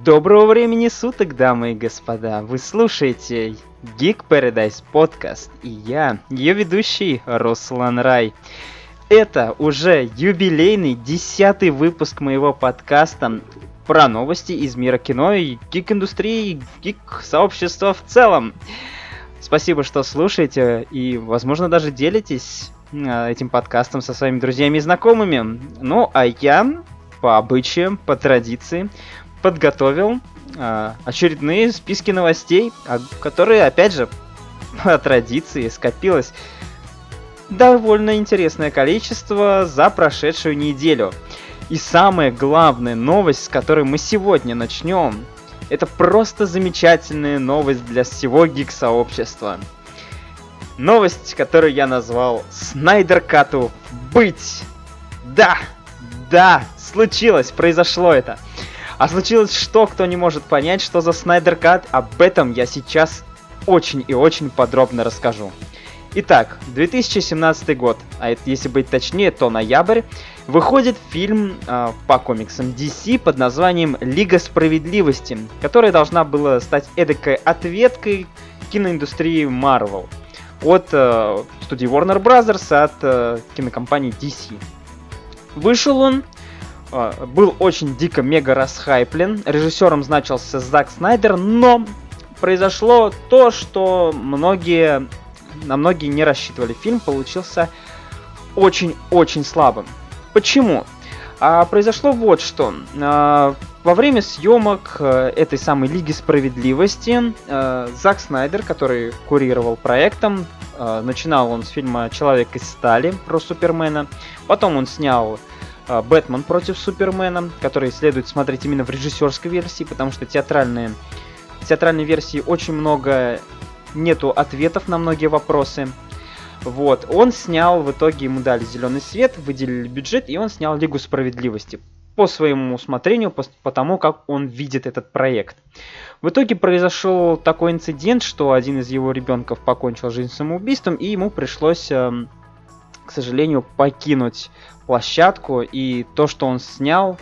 Доброго времени суток, дамы и господа! Вы слушаете Geek Paradise Podcast, и я, ее ведущий Руслан Рай. Это уже юбилейный 10-й выпуск моего подкаста про новости из мира кино и гик-индустрии, гик-сообщества в целом. Спасибо, что слушаете и, возможно, даже делитесь этим подкастом со своими друзьями и знакомыми. Ну, а я, по обычаям, по традиции, подготовил очередные списки новостей, которые, опять же, по традиции скопилось довольно интересное количество за прошедшую неделю. И самая главная новость, с которой мы сегодня начнем, это просто замечательная новость для всего гик-сообщества. Новость, которую я назвал «Снайдер Кату быть». Да, случилось, произошло это. А случилось что, кто не может понять, что за Снайдер Кат, об этом я сейчас очень и очень подробно расскажу. Итак, 2017 год, а это, если быть точнее, то ноябрь, выходит фильм по комиксам DC под названием «Лига справедливости», которая должна была стать эдакой ответкой киноиндустрии Marvel от студии Warner Bros. От кинокомпании DC. Вышел он, был очень дико-мега расхайплен, режиссером значился Зак Снайдер, но произошло то, что многие не рассчитывали. Фильм получился очень-очень слабым. Почему? Произошло вот что. Во время съемок этой самой Лиги Справедливости Зак Снайдер, который курировал проектом, начинал он с фильма «Человек из стали» про Супермена, потом он снял «Бэтмен против Супермена», который следует смотреть именно в режиссерской версии, потому что театральной версии очень много нету ответов на многие вопросы. Вот, он снял, в итоге ему дали зеленый свет, выделили бюджет, и он снял Лигу Справедливости по своему усмотрению, по тому, как он видит этот проект. В итоге произошел такой инцидент, что один из его ребенков покончил жизнь самоубийством, и ему пришлось, к сожалению, покинуть площадку, и то, что он снял,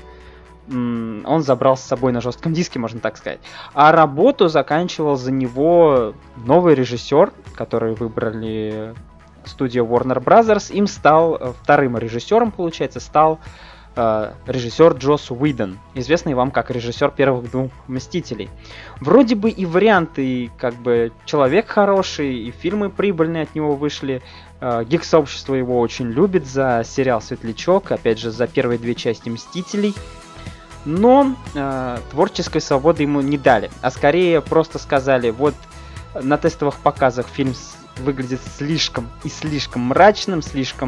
он забрал с собой на жестком диске, можно так сказать. А работу заканчивал за него новый режиссер, который выбрали студия Warner Bros. Им стал вторым режиссером, получается, стал режиссер Джосс Уидон, известный вам как режиссер первых двух «Мстителей». Вроде бы и варианты, как бы, человек хороший, и фильмы прибыльные от него вышли. Гик-сообщество его очень любит за сериал «Светлячок», опять же, за первые две части «Мстителей». Но творческой свободы ему не дали, а скорее просто сказали: вот на тестовых показах фильм выглядит слишком мрачным,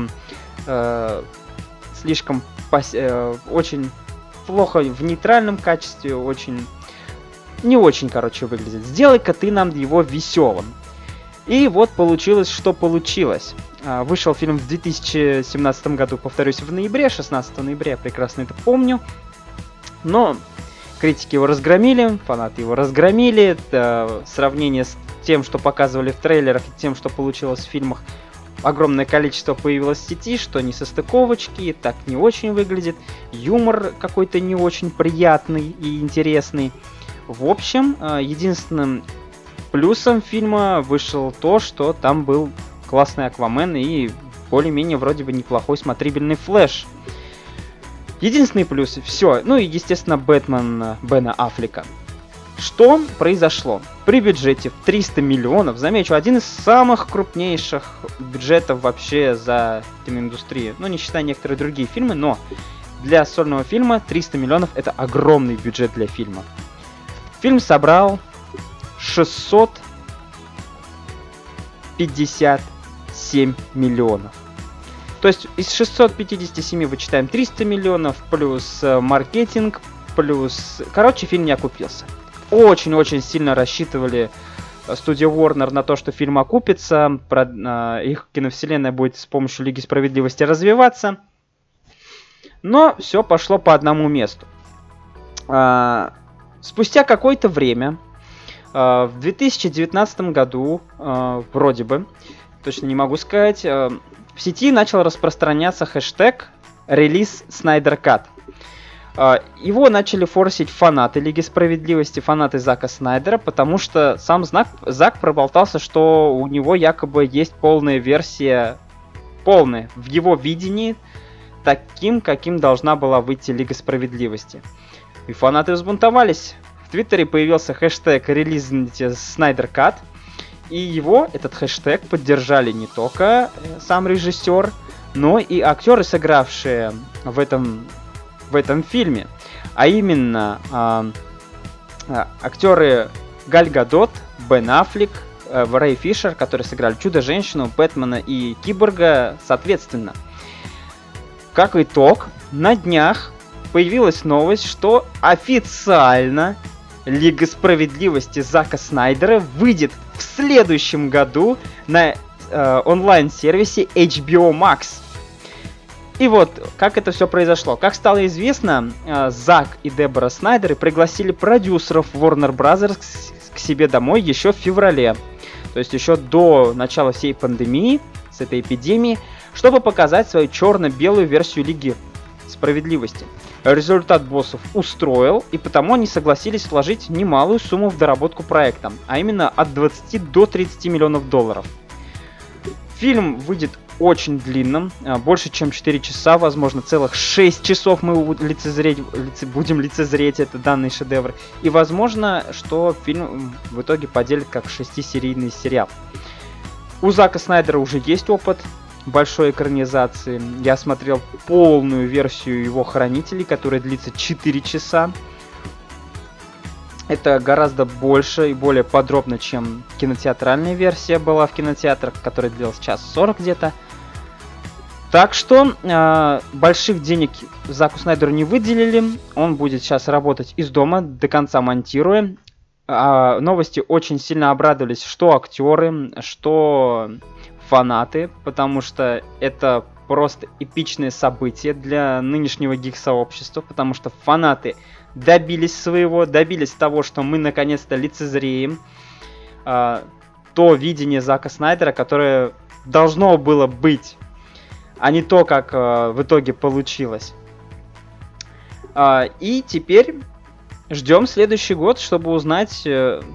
очень плохо в нейтральном качестве, не очень, выглядит. Сделай-ка ты нам его веселым. И вот получилось, что получилось. Вышел фильм в 2017 году, повторюсь, в ноябре, 16 ноября, я прекрасно это помню. Но критики его разгромили, фанаты его разгромили. Сравнение с тем, что показывали в трейлерах, и тем, что получилось в фильмах, огромное количество появилось в сети, что несостыковочки, так не очень выглядит. Юмор какой-то не очень приятный и интересный. В общем, единственным плюсом фильма вышел то, что там был классный Аквамен и более-менее вроде бы неплохой смотрибельный Флэш. Единственный плюс, все. Ну и, естественно, Бэтмен Бена Аффлека. Что произошло? При бюджете в 300 миллионов, замечу, один из самых крупнейших бюджетов вообще за киноиндустрию. Ну, не считая некоторые другие фильмы, но для сольного фильма 300 миллионов это огромный бюджет для фильма. Фильм собрал 657 миллионов. То есть из 657 вычитаем 300 миллионов, плюс маркетинг, плюс... Короче, фильм не окупился. Очень-очень сильно рассчитывали студия Warner на то, что фильм окупится, их киновселенная будет с помощью Лиги Справедливости развиваться. Но все пошло по одному месту. Спустя какое-то время, в 2019 году, вроде бы, точно не могу сказать, в сети начал распространяться хэштег «Релиз Снайдер Кат». Его начали форсить фанаты Лиги Справедливости, фанаты Зака Снайдера, потому что сам Зак проболтался, что у него якобы есть полная версия, полная, в его видении, таким, каким должна была выйти Лига Справедливости. И фанаты взбунтовались. В Твиттере появился хэштег «Релизните Снайдер Кат», и его, этот хэштег, поддержали не только сам режиссер, но и актеры, сыгравшие в этом фильме. А именно актеры Галь Гадот, Бен Аффлек, Рэй Фишер, которые сыграли Чудо-женщину, Бэтмена и Киборга, соответственно. Как итог, на днях появилась новость, что официально Лига Справедливости Зака Снайдера выйдет в следующем году на онлайн-сервисе HBO Max. И вот, как это все произошло. Как стало известно, Зак и Дебора Снайдеры пригласили продюсеров Warner Bros. К себе домой еще в феврале. То есть еще до начала всей пандемии, с этой эпидемии, чтобы показать свою черно-белую версию Лиги Справедливости. Результат боссов устроил, и потому они согласились вложить немалую сумму в доработку проекта, а именно от 20 до 30 миллионов долларов. Фильм выйдет очень длинным, больше чем 4 часа, возможно, целых 6 часов мы будем лицезреть этот данный шедевр. И возможно, что фильм в итоге поделит как 6-серийный сериал. У Зака Снайдера уже есть опыт большой экранизации. Я смотрел полную версию его «Хранителей», которая длится 4 часа. Это гораздо больше и более подробно, чем кинотеатральная версия была в кинотеатрах, которая длилась 1:40 где-то. Так что больших денег Заку Снайдеру не выделили. Он будет сейчас работать из дома, до конца монтируя. Новости очень сильно обрадовались, что актеры, что фанаты, потому что это просто эпичное событие для нынешнего гик-сообщества, потому что фанаты добились своего, добились того, что мы наконец-то лицезреем то видение Зака Снайдера, которое должно было быть, а не то, как в итоге получилось. И теперь ждем следующий год, чтобы узнать,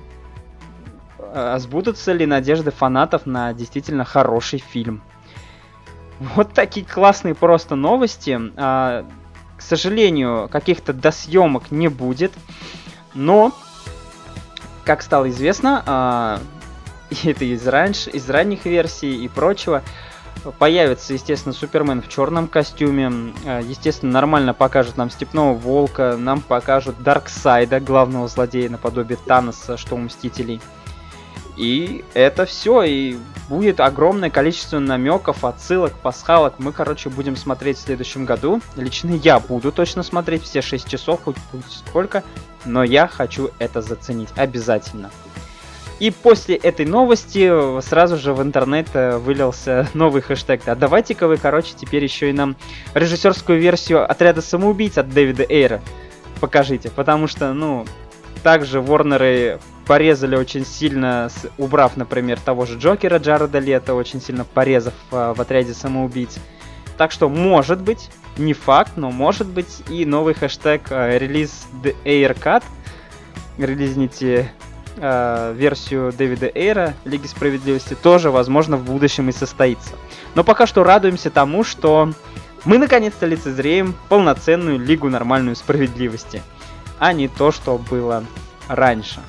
сбудутся ли надежды фанатов на действительно хороший фильм. Вот такие классные просто новости. К сожалению, каких-то досъемок не будет. Но, как стало известно, это из ранних версий и прочего, появится, естественно, Супермен в черном костюме. Естественно, нормально покажут нам Степного Волка. Нам покажут Дарксайда, главного злодея, наподобие Таноса, что у Мстителей. И это все, и будет огромное количество намеков, отсылок, пасхалок. Мы, будем смотреть в следующем году. Лично я буду точно смотреть все 6 часов, хоть сколько, но я хочу это заценить обязательно. И после этой новости сразу же в интернет вылился новый хэштег. А давайте-ка вы, теперь еще и нам режиссерскую версию «Отряда самоубийц» от Дэвида Эйра покажите. Потому что, также Ворнеры порезали очень сильно, убрав, например, того же Джокера Джареда Лето, очень сильно порезав в «Отряде самоубийц». Так что, может быть, не факт, но может быть и новый хэштег «Release the Air Cut», релизните версию Дэвида Эйра Лиги Справедливости, тоже, возможно, в будущем и состоится. Но пока что радуемся тому, что мы наконец-то лицезреем полноценную Лигу нормальную справедливости, а не то, что было раньше.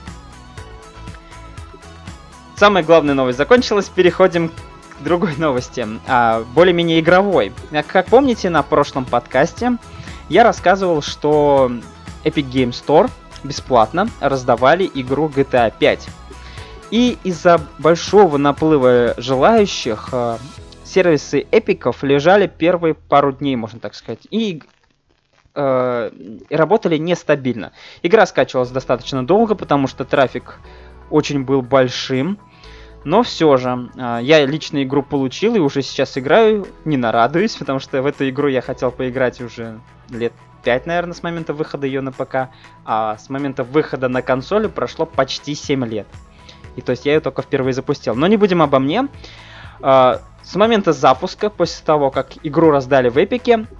Самая главная новость закончилась, переходим к другой новости, более-менее игровой. Как помните, на прошлом подкасте я рассказывал, что Epic Games Store бесплатно раздавали игру GTA 5. И из-за большого наплыва желающих сервисы эпиков лежали первые пару дней, можно так сказать, и работали нестабильно. Игра скачивалась достаточно долго, потому что трафик очень был большим. Но все же, я лично игру получил и уже сейчас играю, не нарадуюсь, потому что в эту игру я хотел поиграть уже лет 5, наверное, с момента выхода ее на ПК, а с момента выхода на консоли прошло почти 7 лет. И то есть я ее только впервые запустил. Но не будем обо мне. С момента запуска, после того, как игру раздали в Эпике,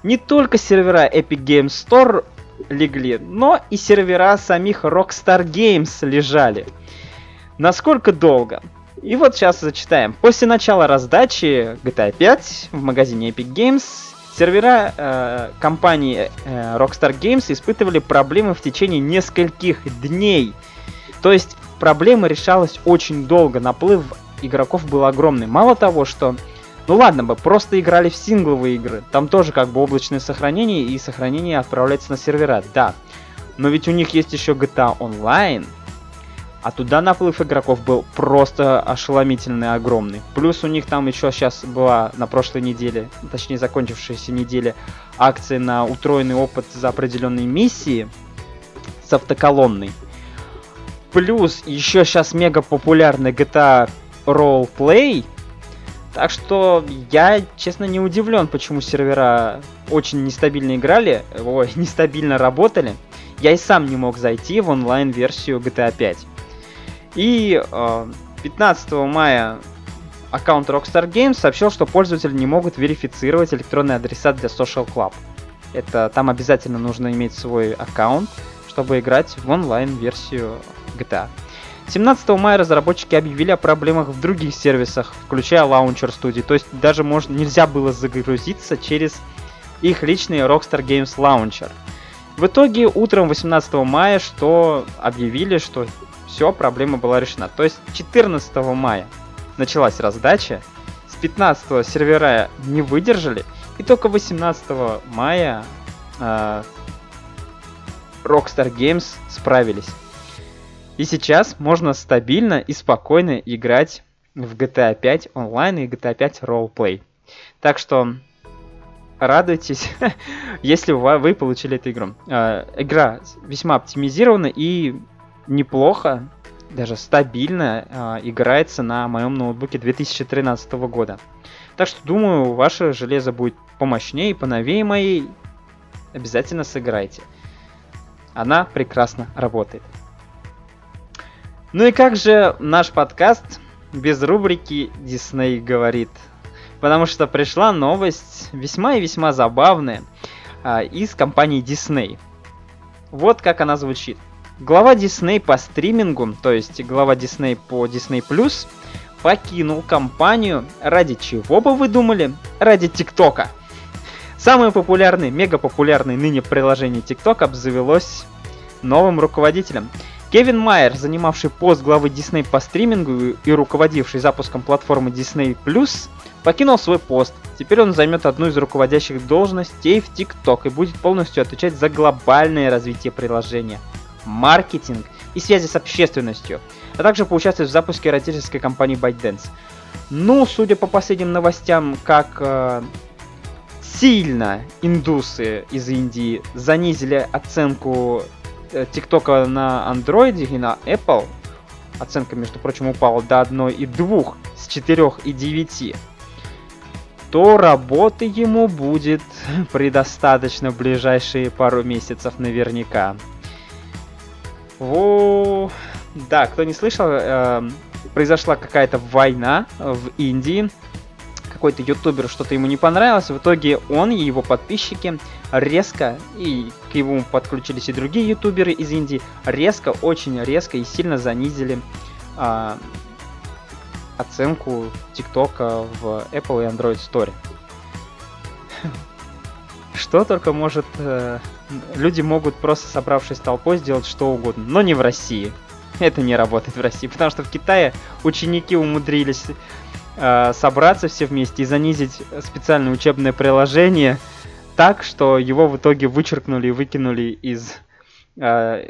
не только сервера Epic Games Store легли, но и сервера самих Rockstar Games лежали. Насколько долго? И вот сейчас зачитаем. После начала раздачи GTA 5 в магазине Epic Games, сервера компании Rockstar Games испытывали проблемы в течение нескольких дней. То есть проблема решалась очень долго, наплыв игроков был огромный. Мало того, что, ну ладно бы, просто играли в сингловые игры, там тоже как бы облачное сохранение, и сохранение отправляется на сервера, да. Но ведь у них есть еще GTA Online, а туда наплыв игроков был просто ошеломительный, огромный. Плюс у них там еще сейчас была на прошлой неделе, точнее закончившейся неделе, акция на утроенный опыт за определенные миссии с автоколонной. Плюс еще сейчас мега популярный GTA Roleplay. Так что я, честно, не удивлен, почему сервера очень нестабильно играли, нестабильно работали. Я и сам не мог зайти в онлайн-версию GTA 5. И 15 мая аккаунт Rockstar Games сообщил, что пользователи не могут верифицировать электронные адреса для Social Club. Это там обязательно нужно иметь свой аккаунт, чтобы играть в онлайн-версию GTA. 17 мая разработчики объявили о проблемах в других сервисах, включая Launcher Studio. То есть даже нельзя было загрузиться через их личный Rockstar Games Launcher. В итоге утром 18 мая объявили, что все, проблема была решена. То есть 14 мая началась раздача, с 15 сервера не выдержали, и только 18 мая Rockstar Games справились. И сейчас можно стабильно и спокойно играть в GTA 5 онлайн и GTA 5 Roleplay. Так что радуйтесь, если вы получили эту игру. Игра весьма оптимизирована и неплохо, даже стабильно играется на моем ноутбуке 2013 года. Так что думаю, ваше железо будет помощнее и поновее моей. Обязательно сыграйте. Она прекрасно работает. Ну и как же наш подкаст без рубрики Disney говорит? Потому что пришла новость весьма и весьма забавная из компании Disney. Вот как она звучит. Глава Disney по стримингу, то есть глава Disney по Disney+, покинул компанию. Ради чего бы вы думали? Ради ТикТока. Самое популярное, мега популярное ныне приложение TikTok обзавелось новым руководителем. Кевин Майер, занимавший пост главы Disney по стримингу и руководивший запуском платформы Disney+, покинул свой пост. Теперь он займет одну из руководящих должностей в TikTok и будет полностью отвечать за глобальное развитие приложения, маркетинг и связи с общественностью, а также поучаствовать в запуске эротической компании ByteDance. Ну, судя по последним новостям, как сильно индусы из Индии занизили оценку ТикТока на Android и на Apple, оценка, между прочим, упала до 1,2 с 4,9, то работы ему будет предостаточно в ближайшие пару месяцев наверняка. Да, кто не слышал, произошла какая-то война в Индии. Какой-то ютубер, что-то ему не понравилось. В итоге он и его подписчики резко, и к нему подключились и другие ютуберы из Индии, очень резко и сильно занизили оценку ТикТока в Apple и Android Store. Что только может... Люди могут просто, собравшись толпой, сделать что угодно, но не в России. Это не работает в России, потому что в Китае ученики умудрились собраться все вместе и занизить специальное учебное приложение так, что его в итоге вычеркнули и выкинули из App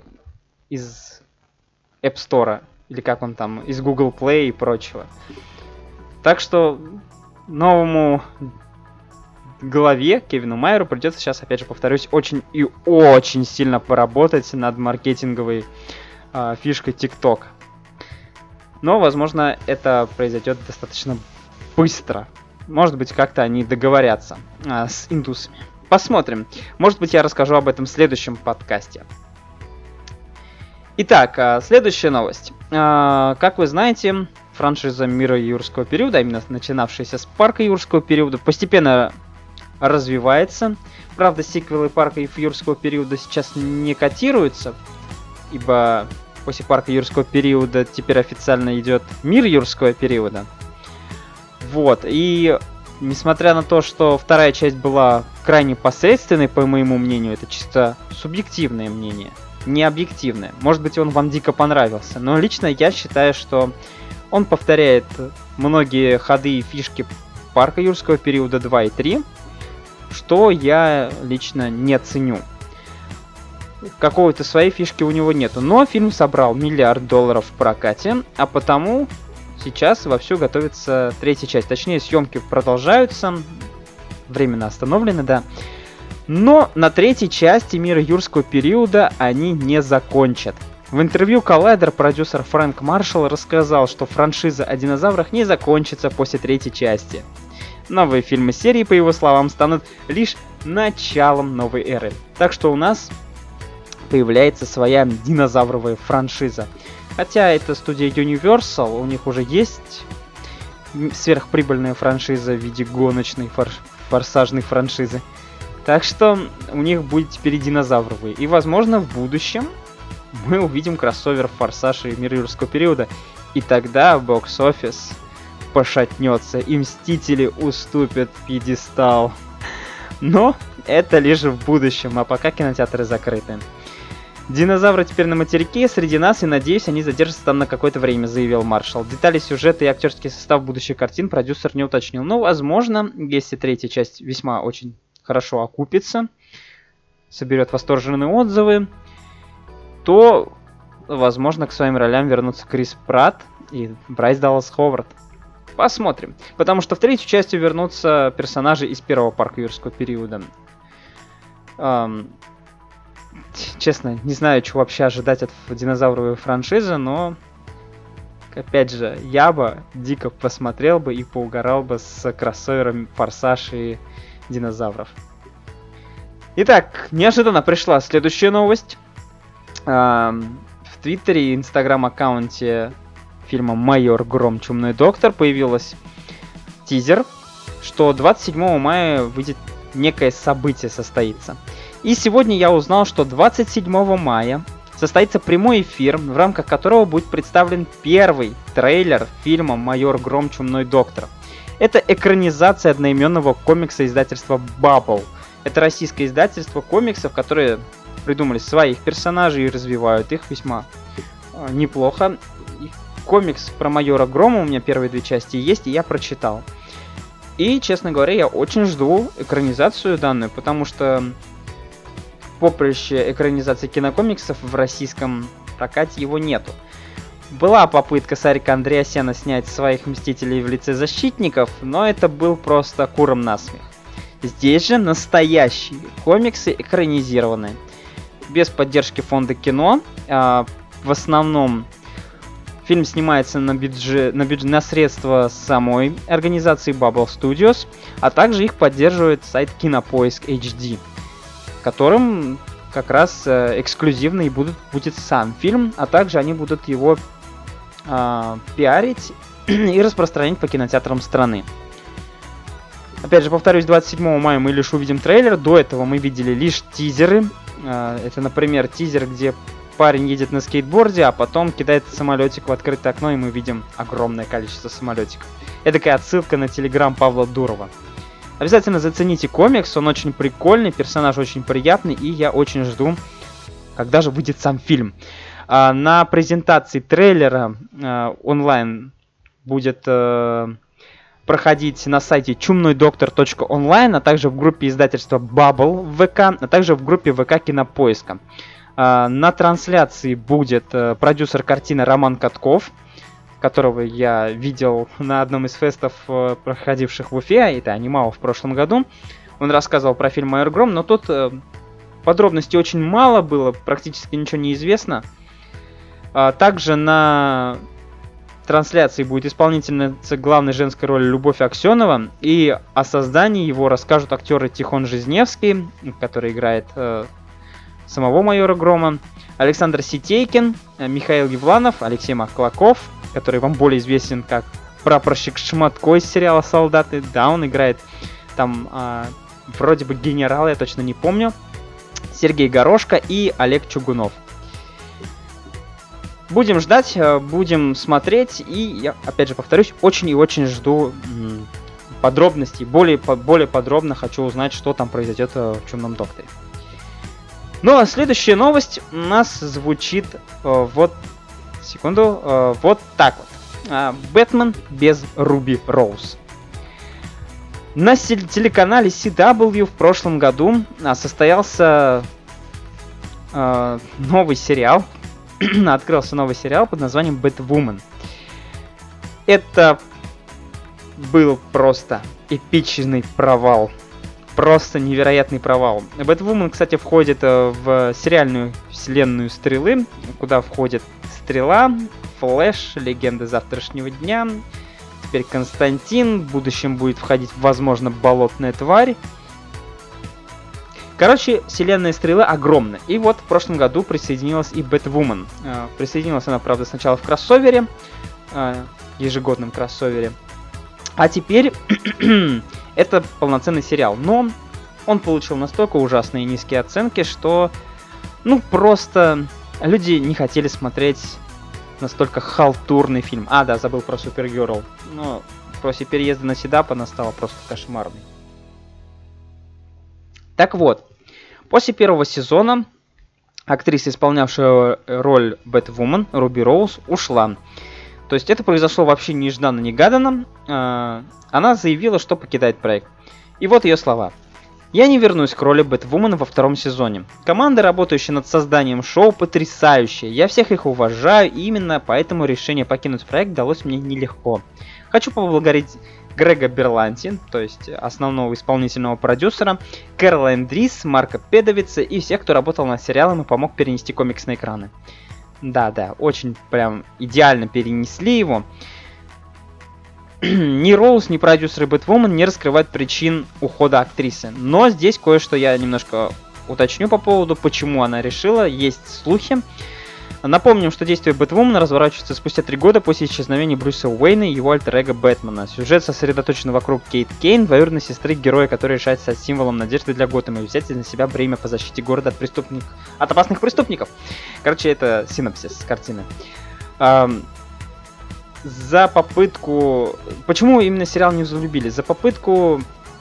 Store, или как он там, из Google Play и прочего. Так что новому главе Кевину Майеру придется сейчас, опять же повторюсь, очень и очень сильно поработать над маркетинговой фишкой TikTok. Но, возможно, это произойдет достаточно быстро. Может быть, как-то они договорятся с индусами. Посмотрим. Может быть, я расскажу об этом в следующем подкасте. Итак, следующая новость. Как вы знаете, франшиза Мира юрского периода, именно начинавшаяся с парка юрского периода, постепенно развивается. Правда, сиквелы парка юрского периода сейчас не котируются, ибо после парка юрского периода теперь официально идет мир юрского периода. Вот, и несмотря на то, что вторая часть была крайне посредственной, по моему мнению, это чисто субъективное мнение, не объективное. Может быть, он вам дико понравился, но лично я считаю, что он повторяет многие ходы и фишки парка юрского периода 2 и 3, что я лично не ценю. Какой-то своей фишки у него нету, но фильм собрал $1 миллиард в прокате, а потому сейчас вовсю готовится третья часть. Точнее, съемки продолжаются, временно остановлены, да. Но на третьей части мира юрского периода они не закончат. В интервью Collider продюсер Фрэнк Маршалл рассказал, что франшиза о динозаврах не закончится после третьей части. Новые фильмы серии, по его словам, станут лишь началом новой эры. Так что у нас появляется своя динозавровая франшиза. Хотя это студия Universal, у них уже есть сверхприбыльная франшиза в виде гоночной форсажной франшизы. Так что у них будет теперь динозавровые. И возможно в будущем мы увидим кроссовер Форсаж и Мир юрского периода. И тогда бокс-офис пошатнется, и Мстители уступят пьедестал. Но это лишь в будущем, а пока кинотеатры закрыты. Динозавры теперь на материке, среди нас, и надеюсь, они задержатся там на какое-то время, заявил Маршалл. Детали сюжета и актерский состав будущих картин продюсер не уточнил. Но, возможно, если третья часть весьма очень хорошо окупится, соберет восторженные отзывы, то, возможно, к своим ролям вернутся Крис Пратт и Брайс Даллас Ховард. Посмотрим. Потому что в третью часть вернутся персонажи из первого парка юрского периода. Честно, не знаю, чего вообще ожидать от динозавровой франшизы, но, опять же, я бы дико посмотрел бы и поугарал бы с кроссовером Форсаж и динозавров. Итак, неожиданно пришла следующая новость. В Твиттере и Инстаграм-аккаунте фильма «Майор Гром. Чумной доктор» появился тизер, что 27 мая выйдет некое событие, состоится. И сегодня я узнал, что 27 мая состоится прямой эфир, в рамках которого будет представлен первый трейлер фильма «Майор Гром. Чумной доктор». Это экранизация одноименного комикса издательства Bubble. Это российское издательство комиксов, которые придумали своих персонажей и развивают их весьма неплохо. Комикс про майора Грома, у меня первые 2 части есть, и я прочитал. И, честно говоря, я очень жду экранизацию данную, потому что поприще экранизации кинокомиксов в российском прокате его нету. Была попытка Сарика Андреасяна снять своих Мстителей в лице Защитников, но это был просто куром насмех. Здесь же настоящие комиксы экранизированные, без поддержки фонда кино. В основном фильм снимается на средства самой организации Bubble Studios, а также их поддерживает сайт Кинопоиск HD, которым как раз эксклюзивно и будет сам фильм, а также они будут его пиарить и распространять по кинотеатрам страны. Опять же, повторюсь, 27 мая мы лишь увидим трейлер, до этого мы видели лишь тизеры. Это, например, тизер, где парень едет на скейтборде, а потом кидает самолетик в открытое окно, и мы видим огромное количество самолетиков. Это такая отсылка на телеграм Павла Дурова. Обязательно зацените комикс, он очень прикольный, персонаж очень приятный, и я очень жду, когда же выйдет сам фильм. На презентации трейлера онлайн будет проходить на сайте чумнойдоктор.онлайн, а также в группе издательства Bubble в ВК, а также в группе ВК Кинопоиска. На трансляции будет продюсер картины Роман Катков, которого я видел на одном из фестов, проходивших в Уфе, это Анимао в прошлом году. Он рассказывал про фильм «Майор Гром», но тут подробностей очень мало было, практически ничего не известно. Также на трансляции будет исполнительница главной женской роли Любовь Аксенова, и о создании его расскажут актеры Тихон Жизневский, который играет самого майора Грома, Александр Ситейкин, Михаил Евланов, Алексей Маклаков, который вам более известен как прапорщик Шматко из сериала «Солдаты». Да, он играет там вроде бы генерал, я точно не помню, Сергей Горошко и Олег Чугунов. Будем ждать, будем смотреть, и я, опять же, повторюсь, очень и очень жду подробностей, более подробно хочу узнать, что там произойдет в Чумном Докторе. Ну а следующая новость у нас звучит вот так вот. Бэтмен без Руби Роуз. На телеканале CW в прошлом году состоялся новый сериал. Открылся новый сериал под названием Бэтвумен. Это был просто эпичный провал. Просто невероятный провал. Бэтвумен, кстати, входит в сериальную вселенную Стрелы, куда входит Стрела, Флэш, Легенды завтрашнего дня, теперь Константин, в будущем будет входить, возможно, Болотная тварь. Короче, вселенная Стрелы огромна. И вот в прошлом году присоединилась и Бэтвумен. Присоединилась она, правда, сначала в кроссовере, ежегодном кроссовере. А теперь это полноценный сериал. Но он получил настолько ужасные низкие оценки, что, просто люди не хотели смотреть настолько халтурный фильм. Да, забыл про Супергерл. Но после переезда на CW она стала просто кошмарной. Так вот, после первого сезона актриса, исполнявшая роль Бэтвумен, Руби Роуз, ушла. То есть это произошло вообще нежданно-негаданно. Она заявила, что покидает проект. И вот ее слова. «Я не вернусь к роли Бэтвумен во втором сезоне. Команда, работающая над созданием шоу, потрясающая. Я всех их уважаю, и именно поэтому решение покинуть проект далось мне нелегко. Хочу поблагодарить Грега Берланти, то есть основного исполнительного продюсера, Кэролайн Дрис, Марка Педовица и всех, кто работал над сериалом и помог перенести комикс на экраны». Да, очень прям идеально перенесли его. Ни Роуз, ни продюсеры Бэтвумен не раскрывают причин ухода актрисы. Но здесь кое-что я немножко уточню по поводу, почему она решила. Есть слухи. Напомним, что действие Бэтвумена разворачивается спустя 3 года после исчезновения Брюса Уэйна и его альтер-эго Бэтмена. Сюжет сосредоточен вокруг Кейт Кейн, двоюродной сестры героя, который решает стать символом надежды для Готэма и взять на себя бремя по защите города от опасных преступников. Короче, это синопсис картины. За попытку... Почему именно сериал не взлюбили? За попытку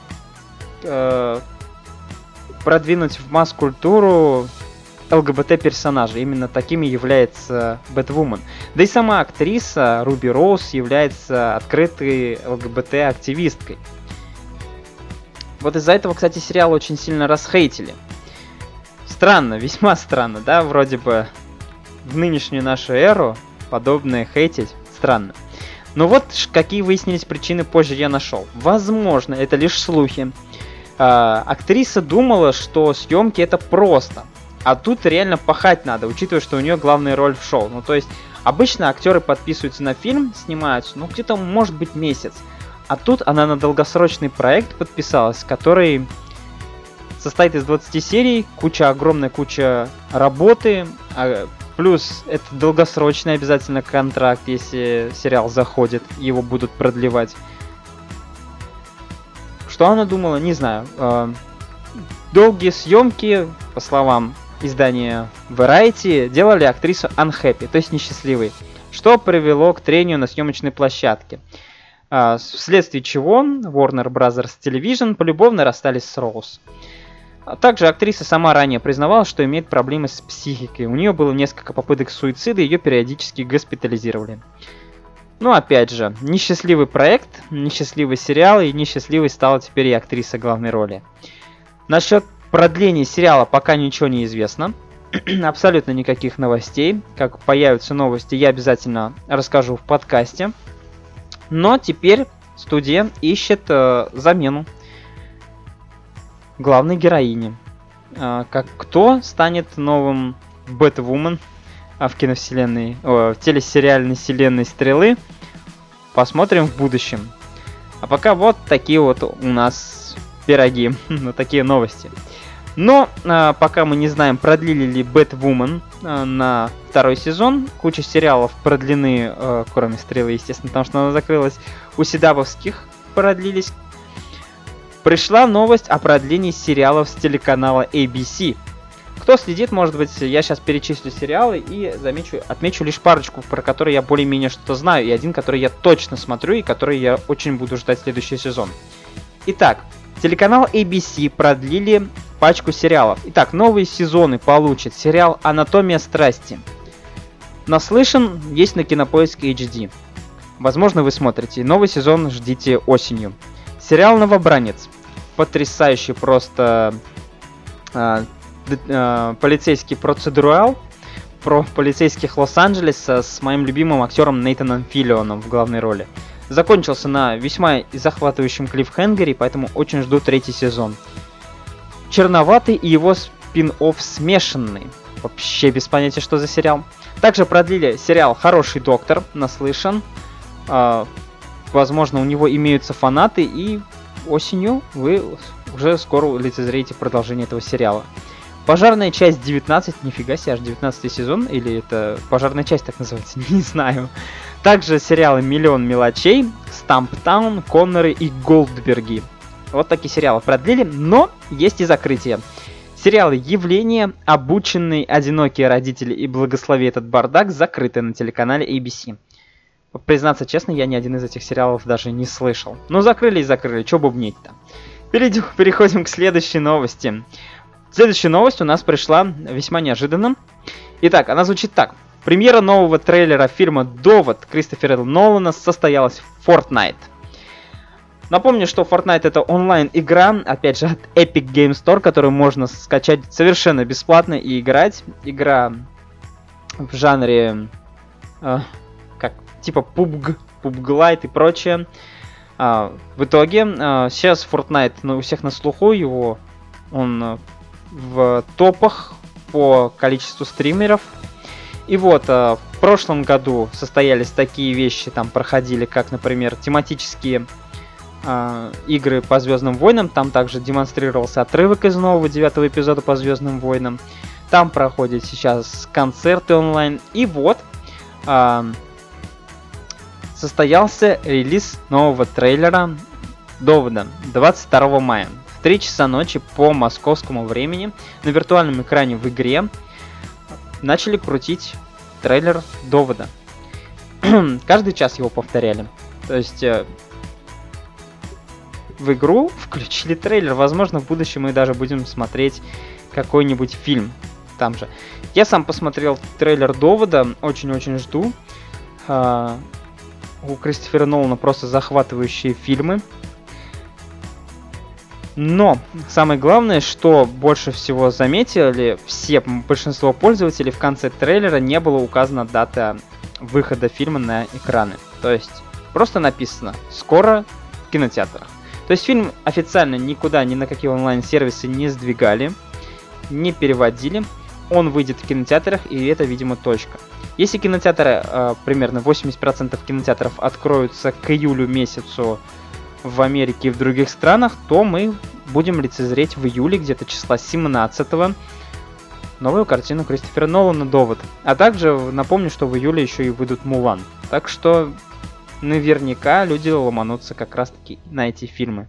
продвинуть в масс-культуру ЛГБТ-персонажей. Именно такими является Бэтвумен. Да и сама актриса Руби Роуз является открытой ЛГБТ-активисткой. Вот из-за этого, кстати, сериал очень сильно расхейтили. Странно, весьма странно, да? Вроде бы в нынешнюю нашу эру подобное хейтить странно. Но вот какие выяснились причины, позже я нашел. Возможно, это лишь слухи. Актриса думала, что съемки это просто. А тут реально пахать надо, учитывая, что у нее главная роль в шоу. То есть, обычно актеры подписываются на фильм, снимаются, где-то может быть месяц. А тут она на долгосрочный проект подписалась, который состоит из 20 серий, огромная куча работы, плюс это долгосрочный обязательно контракт, если сериал заходит, его будут продлевать. Что она думала, не знаю. Долгие съемки, по словам издания Variety, делали актрису unhappy, то есть несчастливой, что привело к трению на съемочной площадке. Вследствие чего Warner Bros. Television полюбовно расстались с Роуз. Также актриса сама ранее признавала, что имеет проблемы с психикой. У нее было несколько попыток суицида, ее периодически госпитализировали. Опять же, несчастливый проект, несчастливый сериал, и несчастливой стала теперь и актриса главной роли. Насчет продления сериала пока ничего не известно. Абсолютно никаких новостей. Как появятся новости, я обязательно расскажу в подкасте. Но теперь студия ищет замену главной героини. Кто станет новым Бэтвумен в киновселенной, в телесериальной вселенной Стрелы, посмотрим в будущем. А пока вот такие вот у нас пироги, такие новости. Но пока мы не знаем, продлили ли Бэтвумен на второй сезон. Куча сериалов продлены, кроме Стрелы, естественно, потому что она закрылась. У седабовских продлились. Пришла новость о продлении сериалов с телеканала ABC. Кто следит, может быть, я сейчас перечислю сериалы и отмечу лишь парочку, про которые я более-менее что-то знаю, и один, который я точно смотрю, и который я очень буду ждать следующий сезон. Итак, телеканал ABC продлили пачку сериалов. Итак, новые сезоны получит сериал «Анатомия страсти». Наслышан, есть на Кинопоиске HD. Возможно, вы смотрите. Новый сезон ждите осенью. Сериал «Новобранец». Потрясающий просто полицейский процедурал про полицейских Лос-Анджелеса с моим любимым актером Нейтаном Филлионом в главной роли. Закончился на весьма захватывающем клиффхенгере, поэтому очень жду третий сезон. Черноватый и его спин-офф смешанный. Вообще без понятия, что за сериал. Также продлили сериал «Хороший доктор», наслышан. Возможно, у него имеются фанаты, и осенью вы уже скоро лицезреете продолжение этого сериала. Пожарная часть 19, нифига себе, аж 19 сезон, или это пожарная часть так называется, не знаю. Также сериалы «Миллион мелочей», «Стамптаун», «Конноры» и «Голдберги». Вот такие сериалы продлили, но есть и закрытие. Сериалы «Явление», «Обученные», «Одинокие родители» и «Благослови этот бардак» закрыты на телеканале ABC. Признаться честно, я ни один из этих сериалов даже не слышал. Ну закрыли и закрыли, чё бубнить-то. Переходим к следующей новости. Следующая новость у нас пришла весьма неожиданно. Итак, она звучит так. Премьера нового трейлера фильма «Довод» Кристофера Нолана состоялась в Fortnite. Напомню, что Fortnite это онлайн-игра, опять же, от Epic Game Store, которую можно скачать совершенно бесплатно и играть. Игра в жанре типа PUBG, PUBG Lite и прочее. В итоге, сейчас Fortnite у всех на слуху, он в топах по количеству стримеров. И вот, в прошлом году состоялись такие вещи, там проходили, как, например, тематические игры по Звездным войнам. Там также демонстрировался отрывок из нового 9-го эпизода по Звездным войнам. Там проходят сейчас концерты онлайн. И вот, состоялся релиз нового трейлера «Довода» 22 мая. В 3 часа ночи по московскому времени на виртуальном экране в игре начали крутить трейлер «Довода». Каждый час его повторяли. То есть в игру включили трейлер. Возможно, в будущем мы даже будем смотреть какой-нибудь фильм там же. Я сам посмотрел трейлер «Довода», очень-очень жду. У Кристофера Нолана просто захватывающие фильмы. Но самое главное, что больше всего заметили большинство пользователей, в конце трейлера не была указана дата выхода фильма на экраны. То есть просто написано «Скоро в кинотеатрах». То есть фильм официально никуда, ни на какие онлайн-сервисы не сдвигали, не переводили. Он выйдет в кинотеатрах, и это, видимо, точка. Если кинотеатры, примерно 80% кинотеатров откроются к июлю месяцу в Америке и в других странах, то мы будем лицезреть в июле, где-то числа 17-го, новую картину Кристофера Нолана «Довод». А также напомню, что в июле еще и выйдут «Мулан». Так что наверняка люди ломанутся как раз-таки на эти фильмы.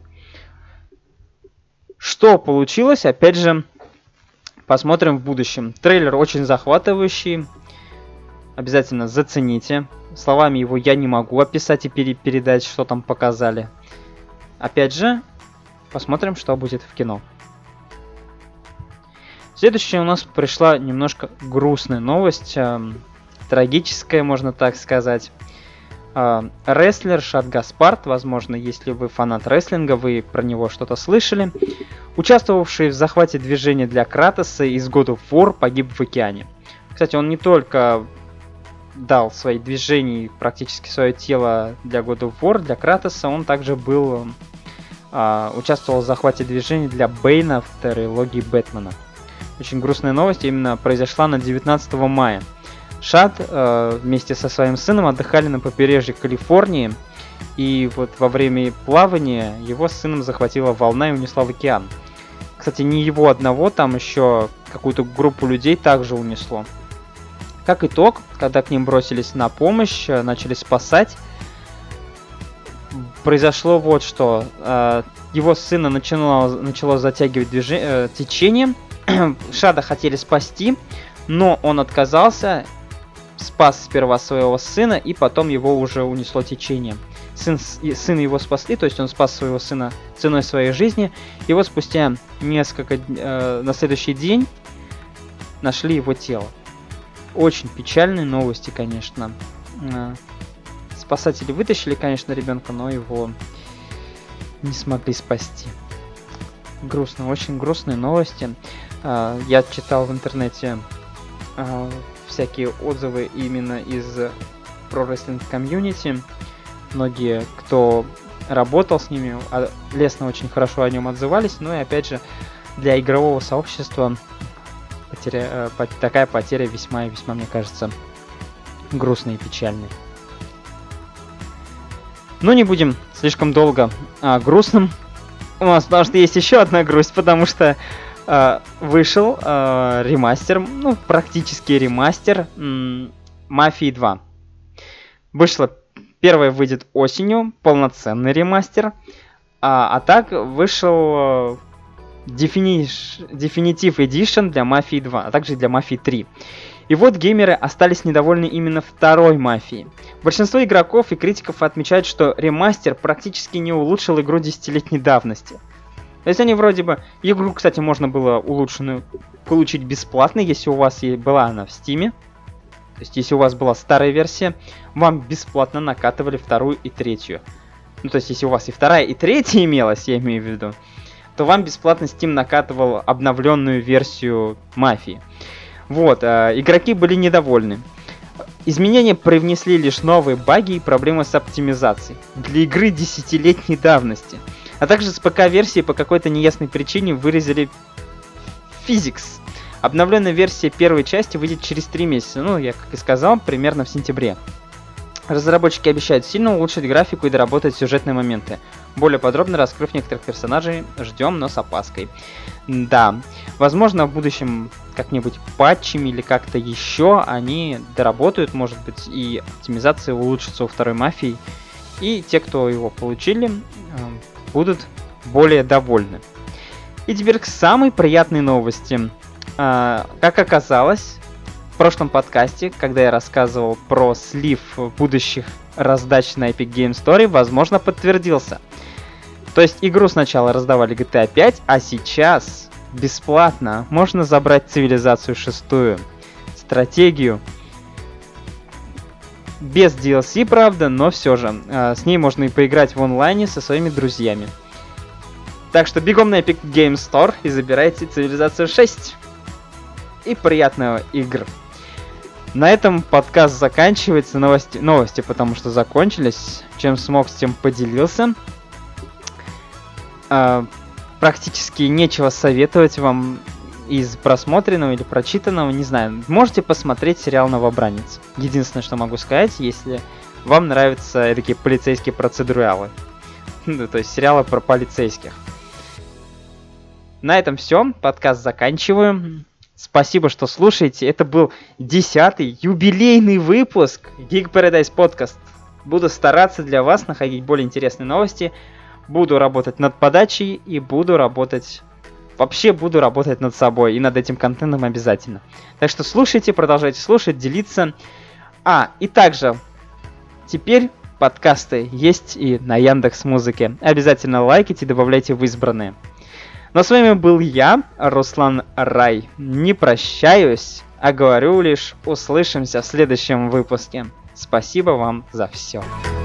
Что получилось, опять же, посмотрим в будущем. Трейлер очень захватывающий. Обязательно зацените. Словами его я не могу описать и передать, что там показали. Опять же, посмотрим, что будет в кино. Следующая у нас пришла немножко грустная новость. Трагическая, можно так сказать. Рестлер Шад Гаспард, возможно, если вы фанат рестлинга, вы про него что-то слышали, участвовавший в захвате движения для Кратоса из God of War, погиб в океане. Кстати, он не только дал свои движения, практически свое тело для God of War, для Кратоса, он также участвовал в захвате движения для Бэйна в трилогии Бэтмена. Очень грустная новость именно произошла на 19 мая. Шад вместе со своим сыном отдыхали на побережье Калифорнии, и вот во время плавания его с сыном захватила волна и унесла в океан. Кстати, не его одного, там еще какую-то группу людей также унесло. Как итог, когда к ним бросились на помощь, начали спасать, произошло вот что. Его сына начало затягивать течение. Шада хотели спасти, но он отказался, спас сперва своего сына, и потом его уже унесло течение. Сын его спасли, то есть он спас своего сына ценой своей жизни. И вот спустя на следующий день нашли его тело. Очень печальные новости, конечно. Спасатели вытащили, конечно, ребенка, но его не смогли спасти. Грустно, очень грустные новости. Я читал в интернете всякие отзывы именно из Pro Wrestling Community. Многие, кто работал с ними, лестно очень хорошо о нем отзывались. Но и опять же, для игрового сообщества такая потеря весьма и весьма, мне кажется, грустной и печальной. Но не будем слишком долго грустным. У нас, потому что есть еще одна грусть, потому что вышел ремастер, ну, практически ремастер Мафии 2. Первая выйдет осенью, полноценный ремастер. А так вышел Definitive Edition для Мафии 2, а также для Мафии 3. И вот геймеры остались недовольны именно второй Мафией. Большинство игроков и критиков отмечают, что ремастер практически не улучшил игру десятилетней давности. То есть они вроде бы... Игру, кстати, можно было улучшенную получить бесплатно, если у вас была она в Steam. То есть если у вас была старая версия, вам бесплатно накатывали вторую и третью. Ну то есть если у вас и вторая, и третья имелась, я имею в виду, то вам бесплатно Steam накатывал обновленную версию Мафии. Вот, игроки были недовольны. Изменения привнесли лишь новые баги и проблемы с оптимизацией для игры десятилетней давности. А также с ПК-версии по какой-то неясной причине вырезали Physics. Обновленная версия первой части выйдет через 3 месяца, ну, я как и сказал, примерно в сентябре. Разработчики обещают сильно улучшить графику и доработать сюжетные моменты. Более подробно раскрыв некоторых персонажей, ждем, но с опаской. Да, возможно, в будущем как-нибудь патчами или как-то еще они доработают, может быть, и оптимизация улучшится у второй Мафии. И те, кто его получили, будут более довольны. И теперь к самой приятной новости. Как оказалось, в прошлом подкасте, когда я рассказывал про слив будущих раздач на Epic Game Store, возможно, подтвердился. То есть игру сначала раздавали GTA 5, а сейчас бесплатно можно забрать Цивилизацию 6, стратегию. Без DLC, правда, но все же. С ней можно и поиграть в онлайне со своими друзьями. Так что бегом на Epic Game Store и забирайте Цивилизацию 6. И приятного игр. На этом подкаст заканчивается. Новости потому что закончились. Чем смог, с тем поделился. Практически нечего советовать вам из просмотренного или прочитанного, не знаю. Можете посмотреть сериал «Новобранец». Единственное, что могу сказать, если вам нравятся такие полицейские процедуралы. То есть сериалы про полицейских. На этом все. Подкаст заканчиваю. Спасибо, что слушаете. Это был 10-й юбилейный выпуск Geek Paradise Podcast. Буду стараться для вас находить более интересные новости. Буду работать над подачей и буду работать над собой и над этим контентом обязательно. Так что слушайте, продолжайте слушать, делиться. И также теперь подкасты есть и на Яндекс.Музыке. Обязательно лайкайте и добавляйте в избранные. Но с вами был я, Руслан Рай. Не прощаюсь, а говорю лишь услышимся в следующем выпуске. Спасибо вам за все.